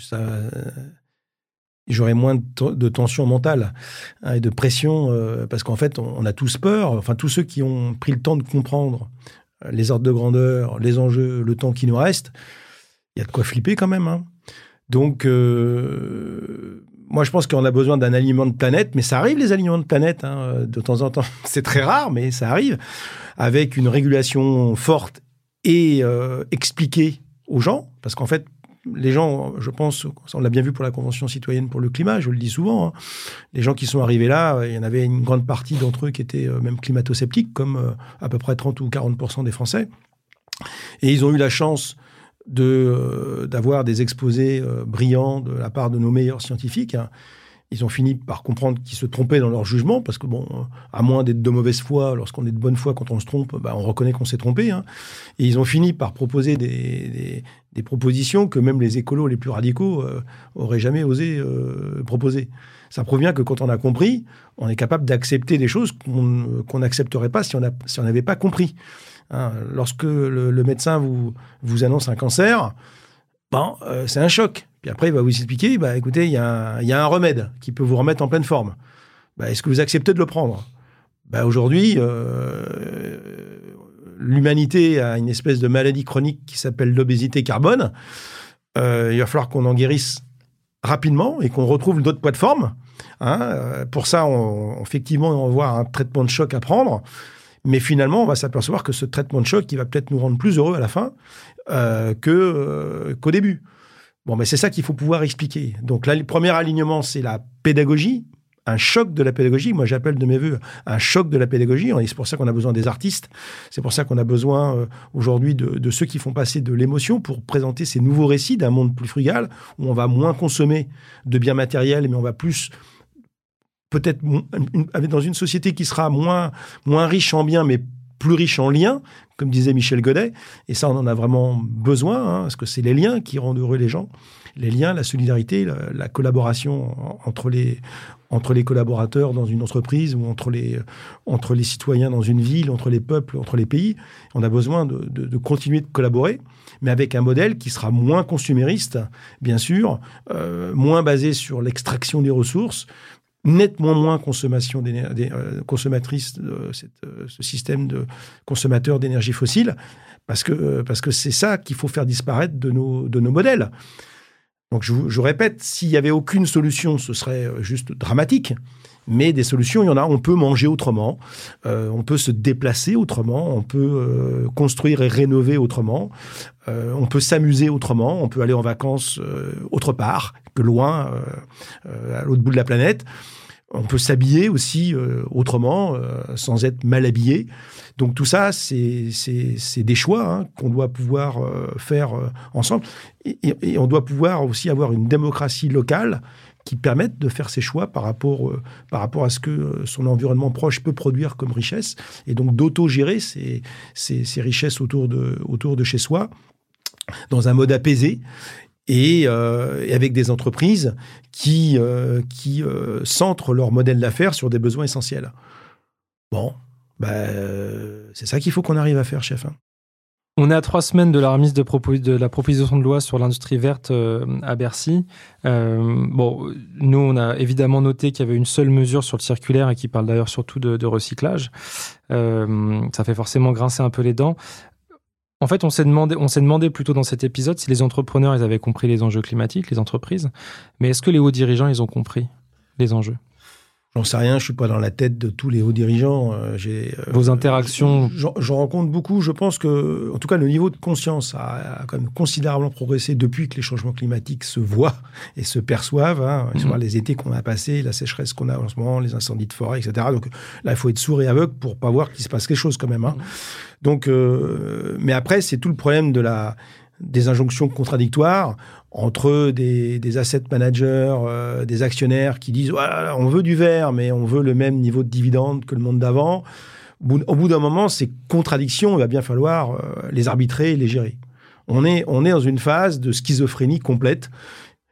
j'aurais moins de tension mentale et de pression, parce qu'en fait, on a tous peur. Enfin, tous ceux qui ont pris le temps de comprendre les ordres de grandeur, les enjeux, le temps qui nous reste, il y a de quoi flipper quand même. Hein. Donc, moi, je pense qu'on a besoin d'un alignement de planète, mais ça arrive, les alignements de planète, hein, de temps en temps. C'est très rare, mais ça arrive, avec une régulation forte et expliquée aux gens, parce qu'en fait, les gens, je pense, on l'a bien vu pour la Convention citoyenne pour le climat, je le dis souvent, hein, les gens qui sont arrivés là, il y en avait une grande partie d'entre eux qui étaient même climato-sceptiques, comme à peu près 30 ou 40% des Français. Et ils ont eu la chance d'avoir des exposés brillants de la part de nos meilleurs scientifiques. Hein. Ils ont fini par comprendre qu'ils se trompaient dans leur jugement, parce que, bon, à moins d'être de mauvaise foi, lorsqu'on est de bonne foi, quand on se trompe, on reconnaît qu'on s'est trompé. Hein. Et ils ont fini par proposer des propositions que même les écolos les plus radicaux auraient jamais osé proposer. Ça provient que quand on a compris, on est capable d'accepter des choses qu'on n'accepterait pas si on n'avait pas compris. Hein, lorsque le médecin vous annonce un cancer, c'est un choc. Puis après, il va vous expliquer, écoutez, il y a un remède qui peut vous remettre en pleine forme. Est-ce que vous acceptez de le prendre ? Aujourd'hui, l'humanité a une espèce de maladie chronique qui s'appelle l'obésité carbone. Il va falloir qu'on en guérisse rapidement et qu'on retrouve d'autres plateformes. Hein, pour ça, effectivement, on va avoir un traitement de choc à prendre. Mais finalement, on va s'apercevoir que ce traitement de choc, il va peut-être nous rendre plus heureux à la fin qu'au début. Mais c'est ça qu'il faut pouvoir expliquer. Donc là, le premier alignement, c'est la pédagogie, un choc de la pédagogie. Moi, j'appelle de mes voeux un choc de la pédagogie. Et c'est pour ça qu'on a besoin des artistes. C'est pour ça qu'on a besoin aujourd'hui de ceux qui font passer de l'émotion pour présenter ces nouveaux récits d'un monde plus frugal, où on va moins consommer de biens matériels, mais on va plus... peut-être dans une société qui sera moins riche en biens, mais plus riche en liens, comme disait Michel Godet. Et ça, on en a vraiment besoin, hein, parce que c'est les liens qui rendent heureux les gens. Les liens, la solidarité, la collaboration entre les collaborateurs dans une entreprise ou entre les citoyens dans une ville, entre les peuples, entre les pays. On a besoin de continuer de collaborer, mais avec un modèle qui sera moins consumériste, bien sûr, moins basé sur l'extraction des ressources, nettement moins consommatrice de ce système de consommateurs d'énergie fossile, parce que c'est ça qu'il faut faire disparaître de nos modèles. Donc je répète, s'il n'y avait aucune solution, ce serait juste dramatique. Mais des solutions, il y en a. On peut manger autrement, on peut se déplacer autrement, on peut construire et rénover autrement, on peut s'amuser autrement, on peut aller en vacances autre part que loin, à l'autre bout de la planète. On peut s'habiller aussi autrement, sans être mal habillé. Donc tout ça, c'est des choix, hein, qu'on doit pouvoir faire ensemble. Et on doit pouvoir aussi avoir une démocratie locale qui permette de faire ses choix par rapport à ce que son environnement proche peut produire comme richesse, et donc d'auto-gérer ces richesses autour de chez soi, dans un mode apaisé, et avec des entreprises qui centrent leur modèle d'affaires sur des besoins essentiels. C'est ça qu'il faut qu'on arrive à faire, chef. Hein. On est à 3 semaines de la remise de la proposition de loi sur l'industrie verte à Bercy. Nous, on a évidemment noté qu'il y avait une seule mesure sur le circulaire et qui parle d'ailleurs surtout de recyclage. Ça fait forcément grincer un peu les dents. En fait, on s'est demandé plutôt dans cet épisode si les entrepreneurs ils avaient compris les enjeux climatiques, les entreprises. Mais est-ce que les hauts dirigeants, ils ont compris les enjeux ? J'en sais rien, je suis pas dans la tête de tous les hauts dirigeants. Vos interactions... J'en rencontre beaucoup. Je pense que, en tout cas, le niveau de conscience a quand même considérablement progressé depuis que les changements climatiques se voient et se perçoivent. Hein. Les étés qu'on a passés, la sécheresse qu'on a en ce moment, les incendies de forêt, etc. Donc là, il faut être sourd et aveugle pour pas voir qu'il se passe quelque chose quand même. Hein. Donc, mais après, c'est tout le problème des injonctions contradictoires entre des asset managers, des actionnaires qui disent on veut du vert, mais on veut le même niveau de dividende que le monde d'avant. Au bout d'un moment, ces contradictions, il va bien falloir les arbitrer et les gérer. On est dans une phase de schizophrénie complète.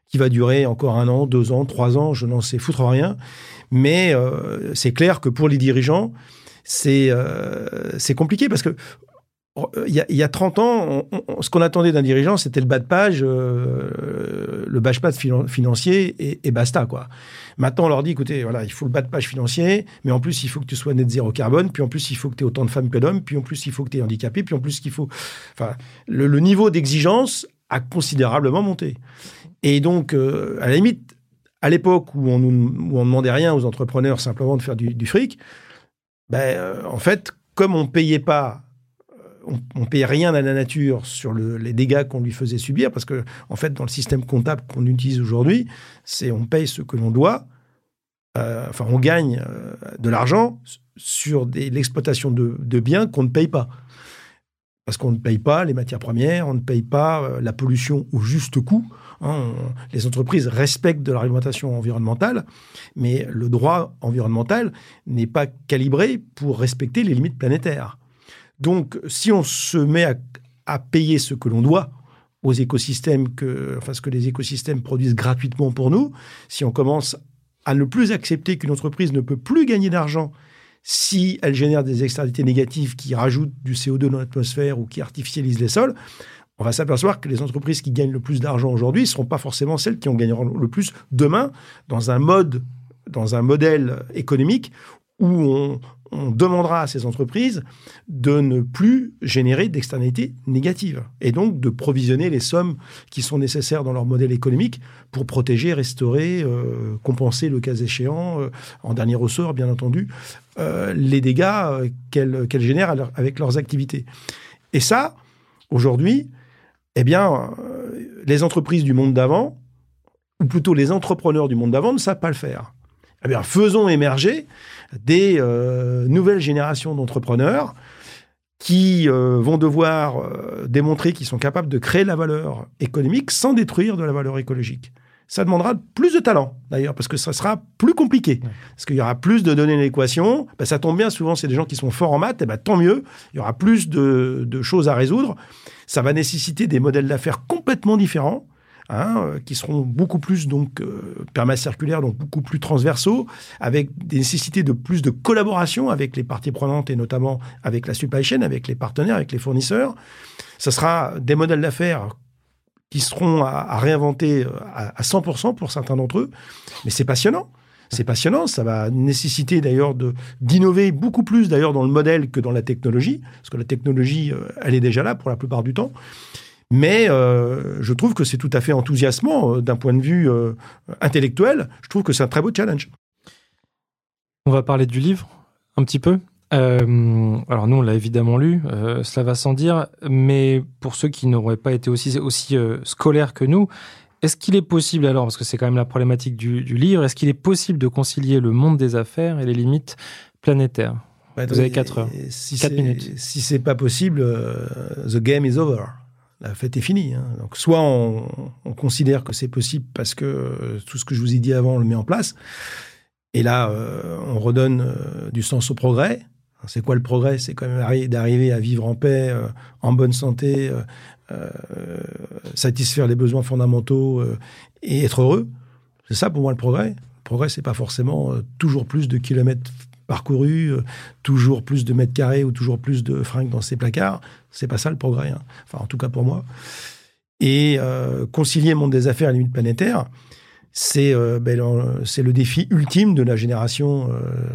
qui va durer encore 1 an, 2 ans, 3 ans, je n'en sais foutre rien. Mais c'est clair que pour les dirigeants, c'est compliqué parce que il y a 30 ans, ce qu'on attendait d'un dirigeant, c'était le bas de page, le bas de page financier et basta, quoi. Maintenant, on leur dit, écoutez, voilà, il faut le bas de page financier, mais en plus, il faut que tu sois net zéro carbone, puis en plus, il faut que tu aies autant de femmes que d'hommes, puis en plus, il faut que tu es handicapé, puis en plus, qu'il faut... Enfin, le niveau d'exigence a considérablement monté. Et donc, à la limite, à l'époque où on demandait rien aux entrepreneurs, simplement de faire du fric, en fait, comme on payait pas, on payait rien à la nature sur les dégâts qu'on lui faisait subir, parce que, en fait, dans le système comptable qu'on utilise aujourd'hui, c'est on paye ce que l'on doit, on gagne de l'argent sur l'exploitation de biens qu'on ne paye pas. Parce qu'on ne paye pas les matières premières, on ne paye pas la pollution au juste coût. Les entreprises respectent de la réglementation environnementale, mais le droit environnemental n'est pas calibré pour respecter les limites planétaires. Donc, si on se met à payer ce que l'on doit aux écosystèmes, ce que les écosystèmes produisent gratuitement pour nous, si on commence à ne plus accepter qu'une entreprise ne peut plus gagner d'argent si elle génère des externalités négatives qui rajoutent du CO2 dans l'atmosphère ou qui artificialisent les sols, on va s'apercevoir que les entreprises qui gagnent le plus d'argent aujourd'hui ne seront pas forcément celles qui en gagneront le plus demain dans un modèle économique où on demandera à ces entreprises de ne plus générer d'externalités négatives et donc de provisionner les sommes qui sont nécessaires dans leur modèle économique pour protéger, restaurer, compenser le cas échéant, en dernier ressort, bien entendu, les dégâts qu'elles génèrent avec leurs activités. Et ça, aujourd'hui, les entreprises du monde d'avant, ou plutôt les entrepreneurs du monde d'avant, ne savent pas le faire. Faisons émerger des nouvelles générations d'entrepreneurs qui vont devoir démontrer qu'ils sont capables de créer de la valeur économique sans détruire de la valeur écologique. Ça demandera plus de talent, d'ailleurs, parce que ça sera plus compliqué. Parce qu'il y aura plus de données dans l'équation. Ça tombe bien, souvent, c'est des gens qui sont forts en maths. Tant mieux. Il y aura plus de choses à résoudre. Ça va nécessiter des modèles d'affaires complètement différents. Qui seront beaucoup plus permacirculaires, donc beaucoup plus transversaux, avec des nécessités de plus de collaboration avec les parties prenantes et notamment avec la supply chain, avec les partenaires, avec les fournisseurs. Ça sera des modèles d'affaires qui seront à réinventer à 100% pour certains d'entre eux, mais c'est passionnant. C'est passionnant, ça va nécessiter d'ailleurs d'innover beaucoup plus d'ailleurs dans le modèle que dans la technologie, parce que la technologie, elle est déjà là pour la plupart du temps. Mais je trouve que c'est tout à fait enthousiasmant d'un point de vue intellectuel. Je trouve que c'est un très beau challenge. On va parler du livre un petit peu. Alors nous, on l'a évidemment lu, cela va sans dire. Mais pour ceux qui n'auraient pas été aussi scolaires que nous, est-ce qu'il est possible alors, parce que c'est quand même la problématique du livre, est-ce qu'il est possible de concilier le monde des affaires et les limites planétaires ? Vous avez 4 heures, 4 minutes. Si c'est pas possible, the game is over. La fête est finie. Donc, soit on considère que c'est possible parce que tout ce que je vous ai dit avant, on le met en place. Et là, on redonne du sens au progrès. C'est quoi le progrès ? C'est quand même d'arriver à vivre en paix, en bonne santé, satisfaire les besoins fondamentaux et être heureux. C'est ça pour moi le progrès. Le progrès, c'est pas forcément toujours plus de kilomètres parcouru, toujours plus de mètres carrés ou toujours plus de fringues dans ses placards. C'est pas ça le progrès, Enfin, en tout cas pour moi. Et concilier monde des affaires et limites planétaires, c'est le défi ultime de la génération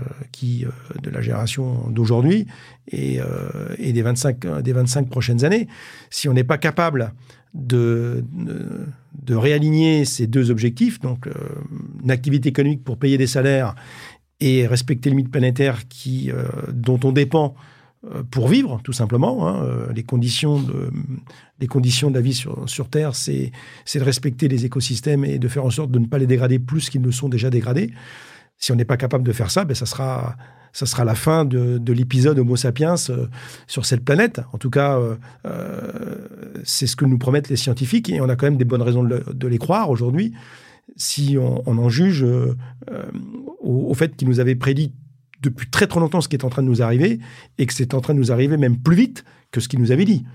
d'aujourd'hui et des 25 prochaines années. Si on n'est pas capable de réaligner ces deux objectifs, donc une activité économique pour payer des salaires et respecter les limites planétaires dont on dépend pour vivre, tout simplement. Les conditions de la vie sur Terre, c'est de respecter les écosystèmes et de faire en sorte de ne pas les dégrader plus qu'ils ne sont déjà dégradés. Si on n'est pas capable de faire ça, ça sera la fin de l'épisode Homo sapiens sur cette planète. En tout cas, c'est ce que nous promettent les scientifiques et on a quand même des bonnes raisons de les croire aujourd'hui. Si on en juge au fait qu'ils nous avaient prédit depuis très très longtemps ce qui est en train de nous arriver et que c'est en train de nous arriver même plus vite que ce qu'ils nous avaient dit.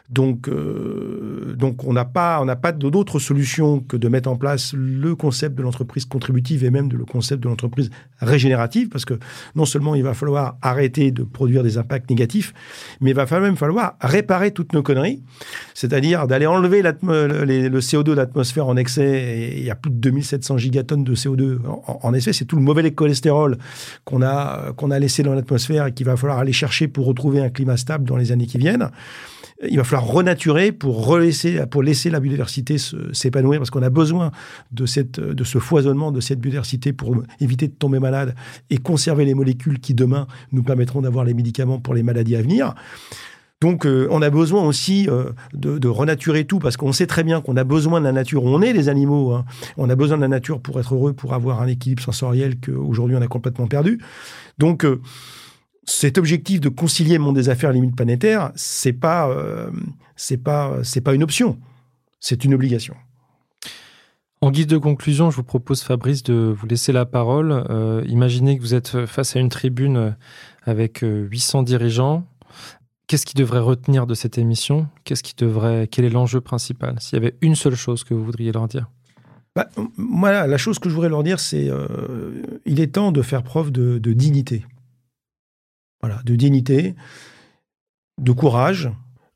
Donc on n'a pas d'autre solution que de mettre en place le concept de l'entreprise contributive et même le concept de l'entreprise régénérative, parce que non seulement il va falloir arrêter de produire des impacts négatifs, mais il va même falloir réparer toutes nos conneries, c'est-à-dire d'aller enlever le CO2 de l'atmosphère en excès, et il y a plus de 2700 gigatonnes de CO2 en excès, c'est tout le mauvais cholestérol qu'on a laissé dans l'atmosphère et qu'il va falloir aller chercher pour retrouver un climat stable dans les années qui viennent. Il va falloir renaturer pour laisser la biodiversité s'épanouir, parce qu'on a besoin de ce foisonnement, de cette biodiversité pour éviter de tomber malade et conserver les molécules qui, demain, nous permettront d'avoir les médicaments pour les maladies à venir. Donc, on a besoin aussi de renaturer tout, parce qu'on sait très bien qu'on a besoin de la nature. On est des animaux, hein. On a besoin de la nature pour être heureux, pour avoir un équilibre sensoriel qu'aujourd'hui on a complètement perdu. Donc, cet objectif de concilier le monde des affaires et les limites planétaires, c'est pas une option, c'est une obligation. En guise de conclusion, je vous propose, Fabrice, de vous laisser la parole. Imaginez que vous êtes face à une tribune avec 800 dirigeants. Qu'est-ce qu'ils devraient retenir de cette émission ? Quel est l'enjeu principal ? S'il y avait une seule chose que vous voudriez leur dire ? Moi, la chose que je voudrais leur dire, c'est il est temps de faire preuve de dignité. Voilà, de dignité, de courage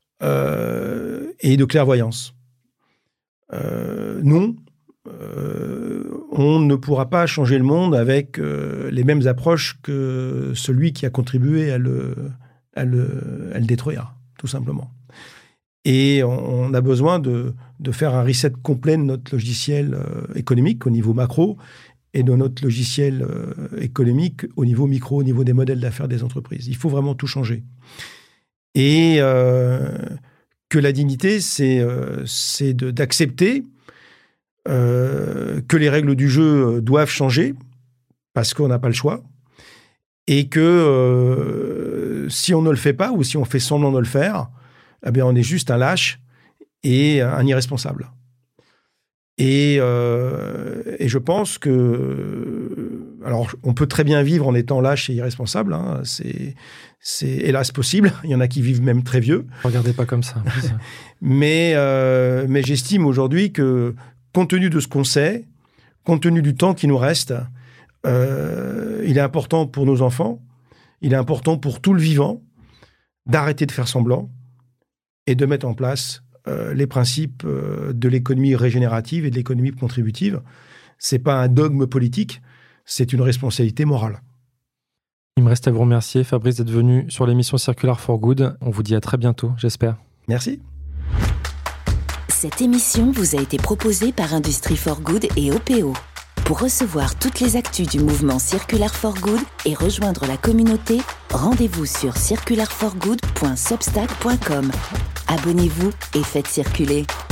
et de clairvoyance. Non, on ne pourra pas changer le monde avec les mêmes approches que celui qui a contribué à le détruire, tout simplement. Et on a besoin de faire un reset complet de notre logiciel économique au niveau macro et de notre logiciel économique au niveau micro, au niveau des modèles d'affaires des entreprises. Il faut vraiment tout changer. Et que la dignité, c'est d'accepter que les règles du jeu doivent changer, parce qu'on n'a pas le choix, et que si on ne le fait pas, ou si on fait semblant de le faire, eh bien on est juste un lâche et un irresponsable. Et je pense que... Alors, on peut très bien vivre en étant lâche et irresponsable. Hein, c'est hélas possible. Il y en a qui vivent même très vieux. Regardez pas comme ça. mais j'estime aujourd'hui que, compte tenu de ce qu'on sait, compte tenu du temps qui nous reste, il est important pour nos enfants, il est important pour tout le vivant, d'arrêter de faire semblant et de mettre en place les principes de l'économie régénérative et de l'économie contributive. C'est pas un dogme politique, c'est une responsabilité morale. Il me reste à vous remercier, Fabrice, d'être venu sur l'émission Circular for Good. On vous dit à très bientôt, j'espère. Merci. Cette émission vous a été proposée par Industry for Good et OPO. Pour recevoir toutes les actus du mouvement Circular for Good et rejoindre la communauté, rendez-vous sur circularforgood.substack.com. Abonnez-vous et faites circuler.